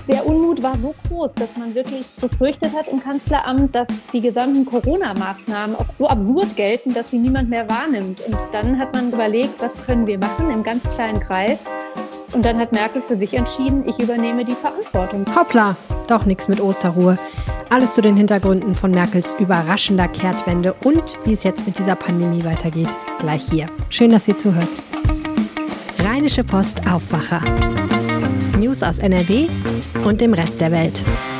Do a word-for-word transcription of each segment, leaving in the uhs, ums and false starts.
Der Unmut war so groß, dass man wirklich befürchtet hat im Kanzleramt, dass die gesamten Corona-Maßnahmen auch so absurd gelten, dass sie niemand mehr wahrnimmt. Und dann hat man überlegt, was können wir machen im ganz kleinen Kreis. Und dann hat Merkel für sich entschieden, ich übernehme die Verantwortung. Hoppla, doch nichts mit Osterruhe. Alles zu den Hintergründen von Merkels überraschender Kehrtwende und wie es jetzt mit dieser Pandemie weitergeht, gleich hier. Schön, dass ihr zuhört. Rheinische Post Aufwacher. News aus N R W und dem Rest der Welt.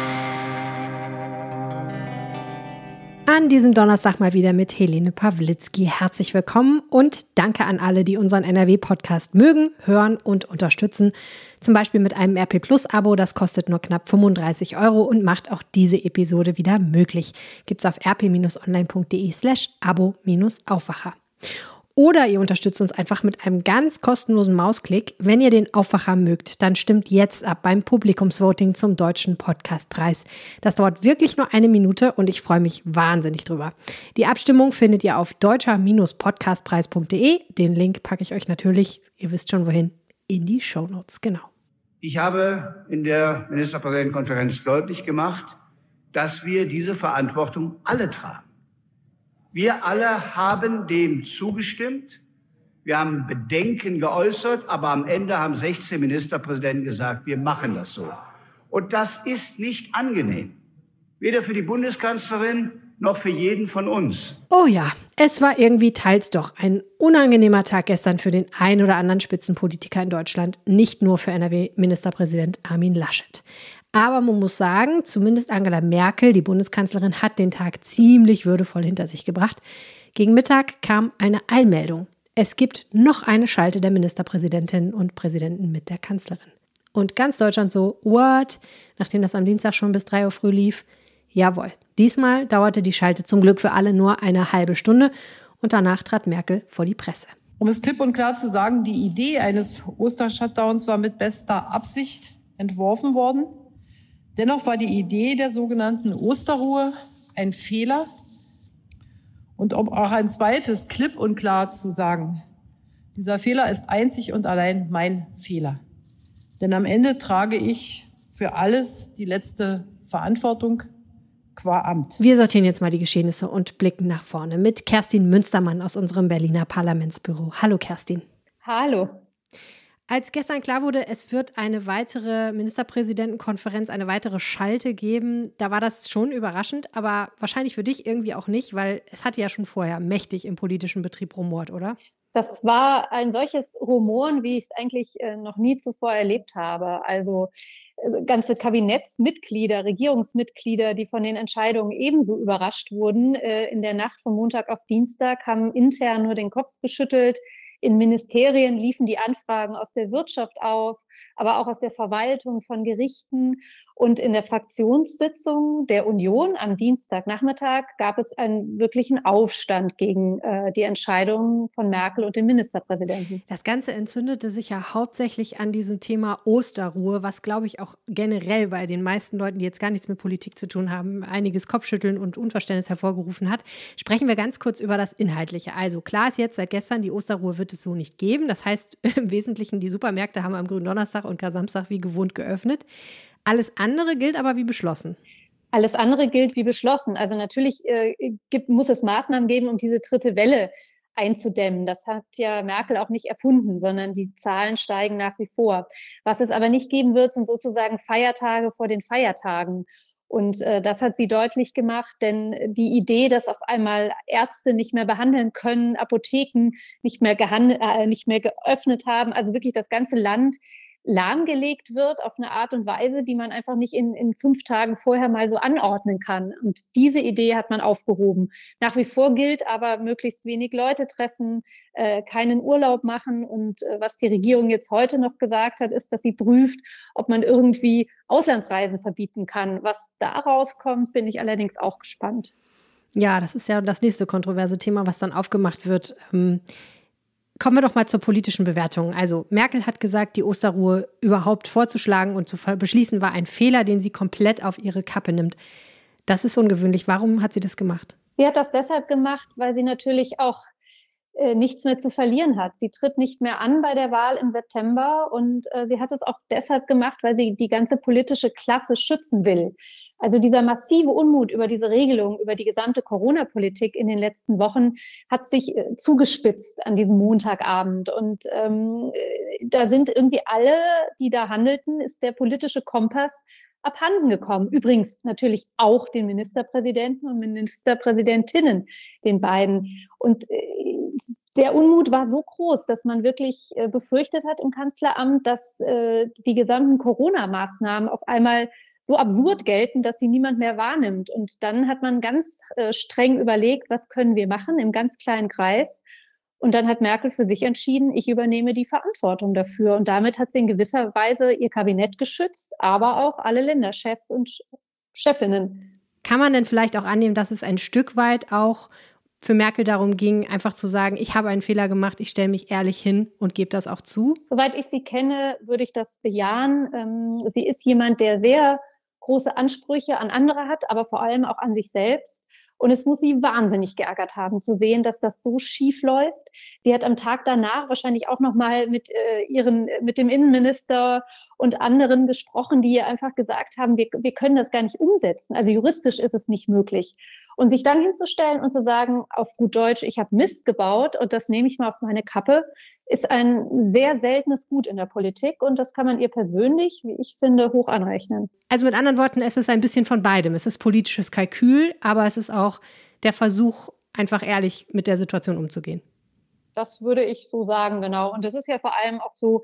An diesem Donnerstag mal wieder mit Helene Pawlitzki. Herzlich willkommen und danke an alle, die unseren N R W-Podcast mögen, hören und unterstützen. Zum Beispiel mit einem R P Plus-Abo, das kostet nur knapp fünfunddreißig Euro und macht auch diese Episode wieder möglich. Gibt's auf rp-online.de slash abo-aufwacher. Oder ihr unterstützt uns einfach mit einem ganz kostenlosen Mausklick. Wenn ihr den Aufwacher mögt, dann stimmt jetzt ab beim Publikumsvoting zum Deutschen Podcastpreis. Das dauert wirklich nur eine Minute und ich freue mich wahnsinnig drüber. Die Abstimmung findet ihr auf deutscher Podcastpreis punkt de. Den Link packe ich euch natürlich, ihr wisst schon wohin, in die Shownotes. Genau. Ich habe in der Ministerpräsidentenkonferenz deutlich gemacht, dass wir diese Verantwortung alle tragen. Wir alle haben dem zugestimmt. Wir haben Bedenken geäußert, aber am Ende haben sechzehn Ministerpräsidenten gesagt, wir machen das so. Und das ist nicht angenehm. Weder für die Bundeskanzlerin noch für jeden von uns. Oh ja, es war irgendwie teils doch ein unangenehmer Tag gestern für den ein oder anderen Spitzenpolitiker in Deutschland, nicht nur für N R W-Ministerpräsident Armin Laschet. Aber man muss sagen, zumindest Angela Merkel, die Bundeskanzlerin, hat den Tag ziemlich würdevoll hinter sich gebracht. Gegen Mittag kam eine Eilmeldung. Es gibt noch eine Schalte der Ministerpräsidentinnen und Präsidenten mit der Kanzlerin. Und ganz Deutschland so, what? Nachdem das am Dienstag schon bis drei Uhr früh lief. Jawohl, diesmal dauerte die Schalte zum Glück für alle nur eine halbe Stunde und danach trat Merkel vor die Presse. Um es klipp und klar zu sagen, die Idee eines Oster-Shutdowns war mit bester Absicht entworfen worden. Dennoch war die Idee der sogenannten Osterruhe ein Fehler. Und um auch ein zweites klipp und klar zu sagen, dieser Fehler ist einzig und allein mein Fehler. Denn am Ende trage ich für alles die letzte Verantwortung qua Amt. Wir sortieren jetzt mal die Geschehnisse und blicken nach vorne mit Kerstin Münstermann aus unserem Berliner Parlamentsbüro. Hallo Kerstin. Hallo. Als gestern klar wurde, es wird eine weitere Ministerpräsidentenkonferenz, eine weitere Schalte geben, da war das schon überraschend, aber wahrscheinlich für dich irgendwie auch nicht, weil es hatte ja schon vorher mächtig im politischen Betrieb rumort, oder? Das war ein solches Rumoren, wie ich es eigentlich äh, noch nie zuvor erlebt habe. Also äh, ganze Kabinettsmitglieder, Regierungsmitglieder, die von den Entscheidungen ebenso überrascht wurden, äh, in der Nacht von Montag auf Dienstag, haben intern nur den Kopf geschüttelt. In Ministerien liefen die Anfragen aus der Wirtschaft auf, aber auch aus der Verwaltung von Gerichten. Und in der Fraktionssitzung der Union am Dienstagnachmittag gab es einen wirklichen Aufstand gegen äh, die Entscheidungen von Merkel und dem Ministerpräsidenten. Das Ganze entzündete sich ja hauptsächlich an diesem Thema Osterruhe, was, glaube ich, auch generell bei den meisten Leuten, die jetzt gar nichts mit Politik zu tun haben, einiges Kopfschütteln und Unverständnis hervorgerufen hat. Sprechen wir ganz kurz über das Inhaltliche. Also klar ist jetzt seit gestern, die Osterruhe wird es so nicht geben. Das heißt, im Wesentlichen, die Supermärkte haben am Gründonnerstag und Kar-Samstag wie gewohnt geöffnet. Alles andere gilt aber wie beschlossen. Alles andere gilt wie beschlossen. Also natürlich äh, gibt, muss es Maßnahmen geben, um diese dritte Welle einzudämmen. Das hat ja Merkel auch nicht erfunden, sondern die Zahlen steigen nach wie vor. Was es aber nicht geben wird, sind sozusagen Feiertage vor den Feiertagen. Und äh, das hat sie deutlich gemacht, denn die Idee, dass auf einmal Ärzte nicht mehr behandeln können, Apotheken nicht mehr, gehand- äh, nicht mehr geöffnet haben, also wirklich das ganze Land lahmgelegt wird auf eine Art und Weise, die man einfach nicht in, in fünf Tagen vorher mal so anordnen kann. Und diese Idee hat man aufgehoben. Nach wie vor gilt aber, möglichst wenig Leute treffen, äh, keinen Urlaub machen. Und äh, was die Regierung jetzt heute noch gesagt hat, ist, dass sie prüft, ob man irgendwie Auslandsreisen verbieten kann. Was daraus kommt, bin ich allerdings auch gespannt. Ja, das ist ja das nächste kontroverse Thema, was dann aufgemacht wird. Ähm Kommen wir doch mal zur politischen Bewertung. Also Merkel hat gesagt, die Osterruhe überhaupt vorzuschlagen und zu beschließen war ein Fehler, den sie komplett auf ihre Kappe nimmt. Das ist ungewöhnlich. Warum hat sie das gemacht? Sie hat das deshalb gemacht, weil sie natürlich auch äh, nichts mehr zu verlieren hat. Sie tritt nicht mehr an bei der Wahl im September und äh, sie hat es auch deshalb gemacht, weil sie die ganze politische Klasse schützen will. Also dieser massive Unmut über diese Regelung, über die gesamte Corona-Politik in den letzten Wochen hat sich äh, zugespitzt an diesem Montagabend. Und ähm, da sind irgendwie alle, die da handelten, ist der politische Kompass abhanden gekommen. Übrigens natürlich auch den Ministerpräsidenten und Ministerpräsidentinnen, den beiden. Und äh, der Unmut war so groß, dass man wirklich äh, befürchtet hat im Kanzleramt, dass äh, die gesamten Corona-Maßnahmen auf einmal so absurd gelten, dass sie niemand mehr wahrnimmt. Und dann hat man ganz äh, streng überlegt, was können wir machen im ganz kleinen Kreis. Und dann hat Merkel für sich entschieden, ich übernehme die Verantwortung dafür. Und damit hat sie in gewisser Weise ihr Kabinett geschützt, aber auch alle Länderchefs und Chefinnen. Kann man denn vielleicht auch annehmen, dass es ein Stück weit auch für Merkel darum ging, einfach zu sagen, ich habe einen Fehler gemacht, ich stelle mich ehrlich hin und gebe das auch zu? Soweit ich sie kenne, würde ich das bejahen. Ähm, sie ist jemand, der sehr große Ansprüche an andere hat, aber vor allem auch an sich selbst. Und es muss sie wahnsinnig geärgert haben, zu sehen, dass das so schief läuft. Sie hat am Tag danach wahrscheinlich auch noch mal mit äh, ihren, mit dem Innenminister und anderen gesprochen, die ihr einfach gesagt haben, wir, wir können das gar nicht umsetzen. Also juristisch ist es nicht möglich. Und sich dann hinzustellen und zu sagen, auf gut Deutsch, ich habe Mist gebaut und das nehme ich mal auf meine Kappe, ist ein sehr seltenes Gut in der Politik. Und das kann man ihr persönlich, wie ich finde, hoch anrechnen. Also mit anderen Worten, es ist ein bisschen von beidem. Es ist politisches Kalkül, aber es ist auch der Versuch, einfach ehrlich mit der Situation umzugehen. Das würde ich so sagen, genau. Und das ist ja vor allem auch so,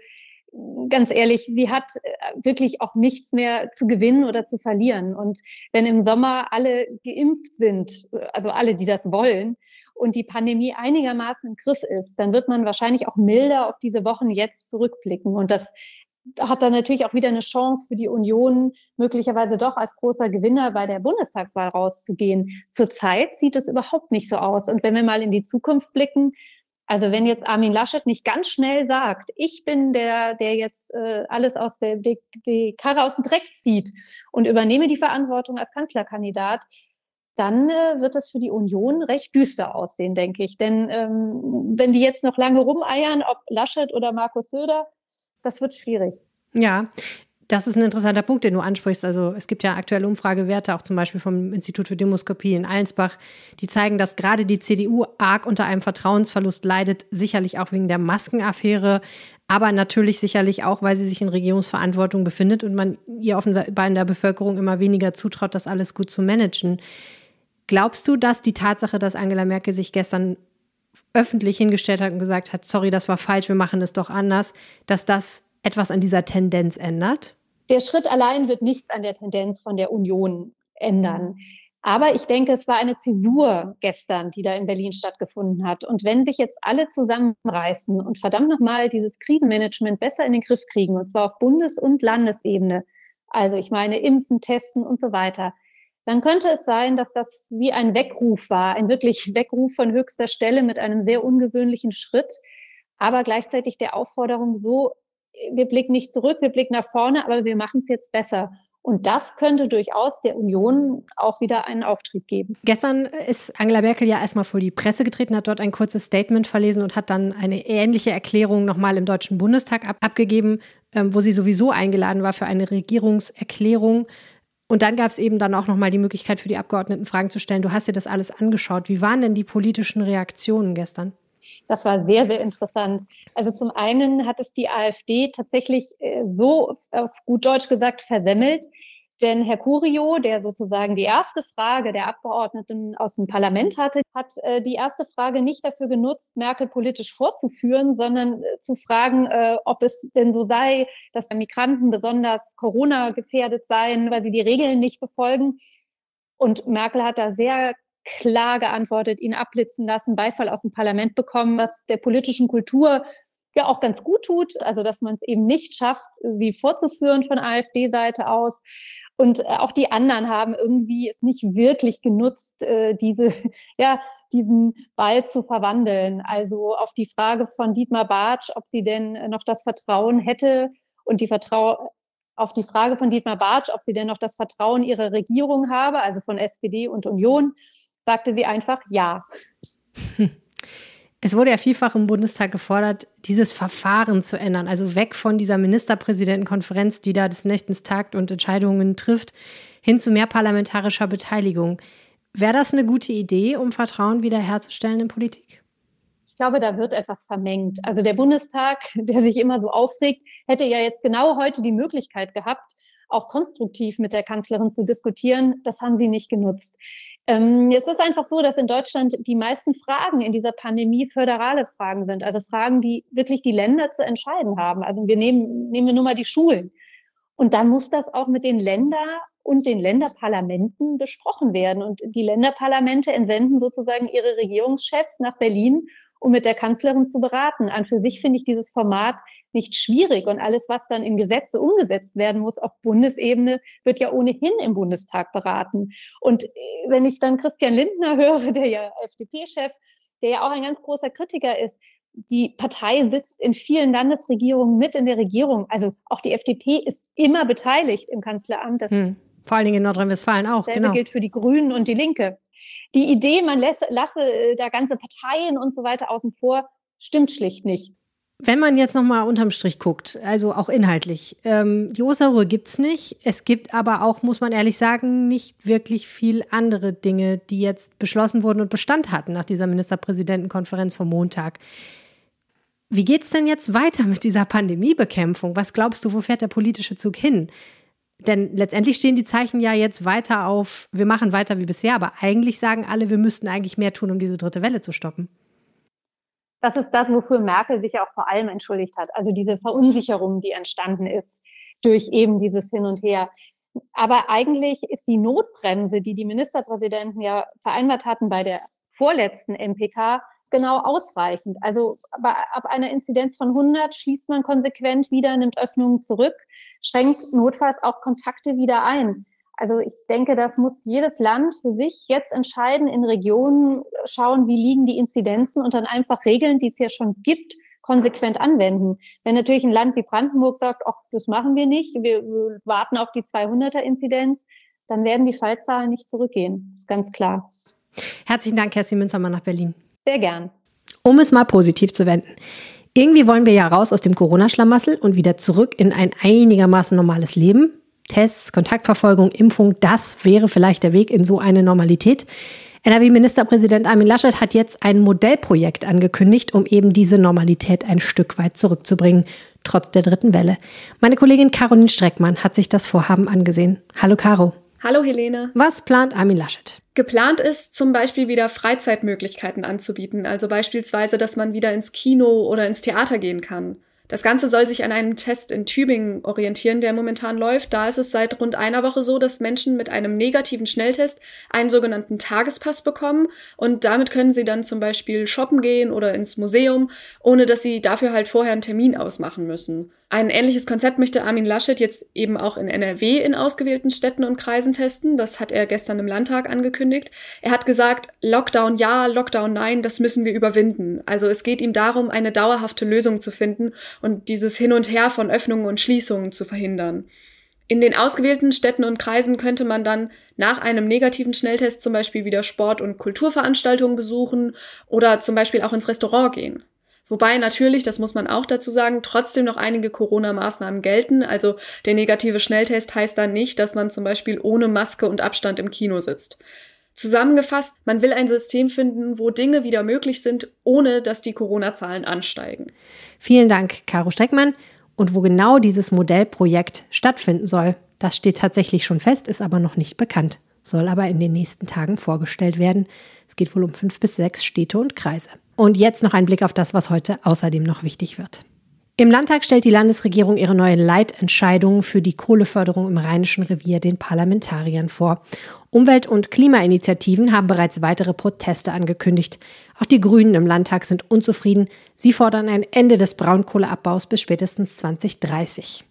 ganz ehrlich, sie hat wirklich auch nichts mehr zu gewinnen oder zu verlieren. Und wenn im Sommer alle geimpft sind, also alle, die das wollen, und die Pandemie einigermaßen im Griff ist, dann wird man wahrscheinlich auch milder auf diese Wochen jetzt zurückblicken. Und das hat dann natürlich auch wieder eine Chance für die Union, möglicherweise doch als großer Gewinner bei der Bundestagswahl rauszugehen. Zurzeit sieht es überhaupt nicht so aus. Und wenn wir mal in die Zukunft blicken, also wenn jetzt Armin Laschet nicht ganz schnell sagt, ich bin der, der jetzt äh, alles aus der die, die Karre aus dem Dreck zieht und übernehme die Verantwortung als Kanzlerkandidat, dann äh, wird es für die Union recht düster aussehen, denke ich. Denn ähm, wenn die jetzt noch lange rumeiern, ob Laschet oder Markus Söder, das wird schwierig. Ja, das ist ein interessanter Punkt, den du ansprichst. Also es gibt ja aktuelle Umfragewerte, auch zum Beispiel vom Institut für Demoskopie in Allensbach, die zeigen, dass gerade die C D U arg unter einem Vertrauensverlust leidet, sicherlich auch wegen der Maskenaffäre, aber natürlich sicherlich auch, weil sie sich in Regierungsverantwortung befindet und man ihr offenbar in der Bevölkerung immer weniger zutraut, das alles gut zu managen. Glaubst du, dass die Tatsache, dass Angela Merkel sich gestern öffentlich hingestellt hat und gesagt hat, sorry, das war falsch, wir machen es doch anders, dass das etwas an dieser Tendenz ändert? Der Schritt allein wird nichts an der Tendenz von der Union ändern. Aber ich denke, es war eine Zäsur gestern, die da in Berlin stattgefunden hat. Und wenn sich jetzt alle zusammenreißen und verdammt nochmal dieses Krisenmanagement besser in den Griff kriegen, und zwar auf Bundes- und Landesebene, also ich meine Impfen, Testen und so weiter, dann könnte es sein, dass das wie ein Weckruf war, ein wirklich Weckruf von höchster Stelle mit einem sehr ungewöhnlichen Schritt, aber gleichzeitig der Aufforderung so, wir blicken nicht zurück, wir blicken nach vorne, aber wir machen es jetzt besser. Und das könnte durchaus der Union auch wieder einen Auftrieb geben. Gestern ist Angela Merkel ja erstmal vor die Presse getreten, hat dort ein kurzes Statement verlesen und hat dann eine ähnliche Erklärung nochmal im Deutschen Bundestag ab- abgegeben, ähm, wo sie sowieso eingeladen war für eine Regierungserklärung. Und dann gab es eben dann auch nochmal die Möglichkeit für die Abgeordneten Fragen zu stellen. Du hast dir das alles angeschaut. Wie waren denn die politischen Reaktionen gestern? Das war sehr, sehr interessant. Also zum einen hat es die AfD tatsächlich äh, so, auf gut Deutsch gesagt, versemmelt. Denn Herr Curio, der sozusagen die erste Frage der Abgeordneten aus dem Parlament hatte, hat äh, die erste Frage nicht dafür genutzt, Merkel politisch vorzuführen, sondern äh, zu fragen, äh, ob es denn so sei, dass Migranten besonders Corona-gefährdet seien, weil sie die Regeln nicht befolgen. Und Merkel hat da sehr klar geantwortet, ihn abblitzen lassen, Beifall aus dem Parlament bekommen, was der politischen Kultur ja auch ganz gut tut, also dass man es eben nicht schafft, sie vorzuführen von AfD-Seite aus. Und auch die anderen haben irgendwie es nicht wirklich genutzt, äh, diese, ja, diesen Ball zu verwandeln. Also auf die Frage von Dietmar Bartsch, ob sie denn noch das Vertrauen hätte und die Vertrau auf die Frage von Dietmar Bartsch, ob sie denn noch das Vertrauen ihrer Regierung habe, also von S P D und Union, sagte sie einfach ja. Es wurde ja vielfach im Bundestag gefordert, dieses Verfahren zu ändern, also weg von dieser Ministerpräsidentenkonferenz, die da des Nächtens tagt und Entscheidungen trifft, hin zu mehr parlamentarischer Beteiligung. Wäre das eine gute Idee, um Vertrauen wiederherzustellen in Politik? Ich glaube, da wird etwas vermengt. Also der Bundestag, der sich immer so aufregt, hätte ja jetzt genau heute die Möglichkeit gehabt, auch konstruktiv mit der Kanzlerin zu diskutieren. Das haben sie nicht genutzt. Ähm, es ist einfach so, dass in Deutschland die meisten Fragen in dieser Pandemie föderale Fragen sind. Also Fragen, die wirklich die Länder zu entscheiden haben. Also wir nehmen, nehmen wir nur mal die Schulen. Und dann muss das auch mit den Ländern und den Länderparlamenten besprochen werden. Und die Länderparlamente entsenden sozusagen ihre Regierungschefs nach Berlin, um mit der Kanzlerin zu beraten. An für sich finde ich dieses Format nicht schwierig. Und alles, was dann in Gesetze umgesetzt werden muss auf Bundesebene, wird ja ohnehin im Bundestag beraten. Und wenn ich dann Christian Lindner höre, der ja F D P-Chef, der ja auch ein ganz großer Kritiker ist, die Partei sitzt in vielen Landesregierungen mit in der Regierung. Also auch die F D P ist immer beteiligt im Kanzleramt. Das hm. Vor allen Dingen in Nordrhein-Westfalen auch. Dasselbe Genau. gilt für die Grünen und die Linke. Die Idee, man lasse, lasse da ganze Parteien und so weiter außen vor, stimmt schlicht nicht. Wenn man jetzt nochmal unterm Strich guckt, also auch inhaltlich, ähm, die Osterruhe gibt's nicht. Es gibt aber auch, muss man ehrlich sagen, nicht wirklich viel andere Dinge, die jetzt beschlossen wurden und Bestand hatten nach dieser Ministerpräsidentenkonferenz vom Montag. Wie geht's denn jetzt weiter mit dieser Pandemiebekämpfung? Was glaubst du, wo fährt der politische Zug hin? Denn letztendlich stehen die Zeichen ja jetzt weiter auf, wir machen weiter wie bisher, aber eigentlich sagen alle, wir müssten eigentlich mehr tun, um diese dritte Welle zu stoppen. Das ist das, wofür Merkel sich ja auch vor allem entschuldigt hat. Also diese Verunsicherung, die entstanden ist durch eben dieses Hin und Her. Aber eigentlich ist die Notbremse, die die Ministerpräsidenten ja vereinbart hatten bei der vorletzten M P K, genau ausreichend. Also ab einer Inzidenz von hundert schließt man konsequent wieder, nimmt Öffnungen zurück, schränkt notfalls auch Kontakte wieder ein. Also ich denke, das muss jedes Land für sich jetzt entscheiden, in Regionen schauen, wie liegen die Inzidenzen und dann einfach Regeln, die es ja schon gibt, konsequent anwenden. Wenn natürlich ein Land wie Brandenburg sagt, ach, das machen wir nicht, wir, wir warten auf die zweihunderter-Inzidenz, dann werden die Fallzahlen nicht zurückgehen. Das ist ganz klar. Herzlichen Dank, Kerstin Münzermann nach Berlin. Sehr gern. Um es mal positiv zu wenden. Irgendwie wollen wir ja raus aus dem Corona-Schlamassel und wieder zurück in ein einigermaßen normales Leben. Tests, Kontaktverfolgung, Impfung, das wäre vielleicht der Weg in so eine Normalität. N R W-Ministerpräsident Armin Laschet hat jetzt ein Modellprojekt angekündigt, um eben diese Normalität ein Stück weit zurückzubringen, trotz der dritten Welle. Meine Kollegin Caroline Streckmann hat sich das Vorhaben angesehen. Hallo Caro. Hallo Helene. Was plant Armin Laschet? Geplant ist, zum Beispiel wieder Freizeitmöglichkeiten anzubieten, also beispielsweise, dass man wieder ins Kino oder ins Theater gehen kann. Das Ganze soll sich an einem Test in Tübingen orientieren, der momentan läuft. Da ist es seit rund einer Woche so, dass Menschen mit einem negativen Schnelltest einen sogenannten Tagespass bekommen und damit können sie dann zum Beispiel shoppen gehen oder ins Museum, ohne dass sie dafür halt vorher einen Termin ausmachen müssen. Ein ähnliches Konzept möchte Armin Laschet jetzt eben auch in N R W in ausgewählten Städten und Kreisen testen. Das hat er gestern im Landtag angekündigt. Er hat gesagt, Lockdown ja, Lockdown nein, das müssen wir überwinden. Also es geht ihm darum, eine dauerhafte Lösung zu finden und dieses Hin und Her von Öffnungen und Schließungen zu verhindern. In den ausgewählten Städten und Kreisen könnte man dann nach einem negativen Schnelltest zum Beispiel wieder Sport- und Kulturveranstaltungen besuchen oder zum Beispiel auch ins Restaurant gehen. Wobei natürlich, das muss man auch dazu sagen, trotzdem noch einige Corona-Maßnahmen gelten. Also der negative Schnelltest heißt dann nicht, dass man zum Beispiel ohne Maske und Abstand im Kino sitzt. Zusammengefasst, man will ein System finden, wo Dinge wieder möglich sind, ohne dass die Corona-Zahlen ansteigen. Vielen Dank, Caro Streckmann. Und wo genau dieses Modellprojekt stattfinden soll, das steht tatsächlich schon fest, ist aber noch nicht bekannt. Soll aber in den nächsten Tagen vorgestellt werden. Es geht wohl um fünf bis sechs Städte und Kreise. Und jetzt noch ein Blick auf das, was heute außerdem noch wichtig wird. Im Landtag stellt die Landesregierung ihre neue Leitentscheidung für die Kohleförderung im Rheinischen Revier den Parlamentariern vor. Umwelt- und Klimainitiativen haben bereits weitere Proteste angekündigt. Auch die Grünen im Landtag sind unzufrieden. Sie fordern ein Ende des Braunkohleabbaus bis spätestens zwanzig dreißig.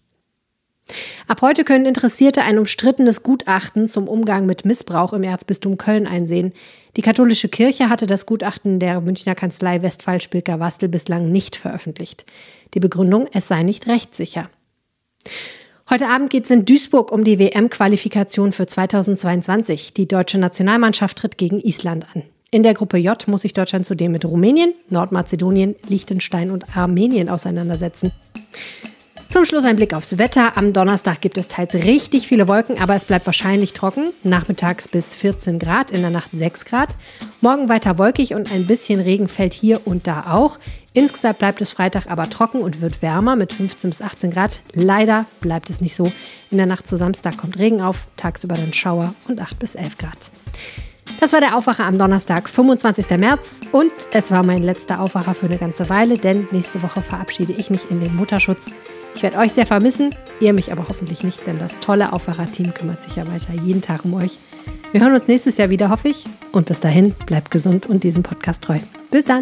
Ab heute können Interessierte ein umstrittenes Gutachten zum Umgang mit Missbrauch im Erzbistum Köln einsehen. Die katholische Kirche hatte das Gutachten der Münchner Kanzlei Westphal Spilker-Wastel bislang nicht veröffentlicht. Die Begründung, es sei nicht rechtssicher. Heute Abend geht es in Duisburg um die W M-Qualifikation für zweitausendzweiundzwanzig. Die deutsche Nationalmannschaft tritt gegen Island an. In der Gruppe J muss sich Deutschland zudem mit Rumänien, Nordmazedonien, Liechtenstein und Armenien auseinandersetzen. Zum Schluss ein Blick aufs Wetter. Am Donnerstag gibt es teils richtig viele Wolken, aber es bleibt wahrscheinlich trocken. Nachmittags bis vierzehn Grad, in der Nacht sechs Grad. Morgen weiter wolkig und ein bisschen Regen fällt hier und da auch. Insgesamt bleibt es Freitag aber trocken und wird wärmer mit fünfzehn bis achtzehn Grad. Leider bleibt es nicht so. In der Nacht zu Samstag kommt Regen auf, tagsüber dann Schauer und acht bis elf Grad. Das war der Aufwacher am Donnerstag, fünfundzwanzigsten März, und es war mein letzter Aufwacher für eine ganze Weile, denn nächste Woche verabschiede ich mich in den Mutterschutz. Ich werde euch sehr vermissen, ihr mich aber hoffentlich nicht, denn das tolle Aufwacher-Team kümmert sich ja weiter jeden Tag um euch. Wir hören uns nächstes Jahr wieder, hoffe ich, und bis dahin bleibt gesund und diesem Podcast treu. Bis dann!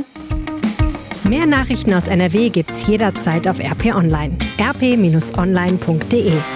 Mehr Nachrichten aus N R W gibt's jederzeit auf R P Online. r p Bindestrich online punkt de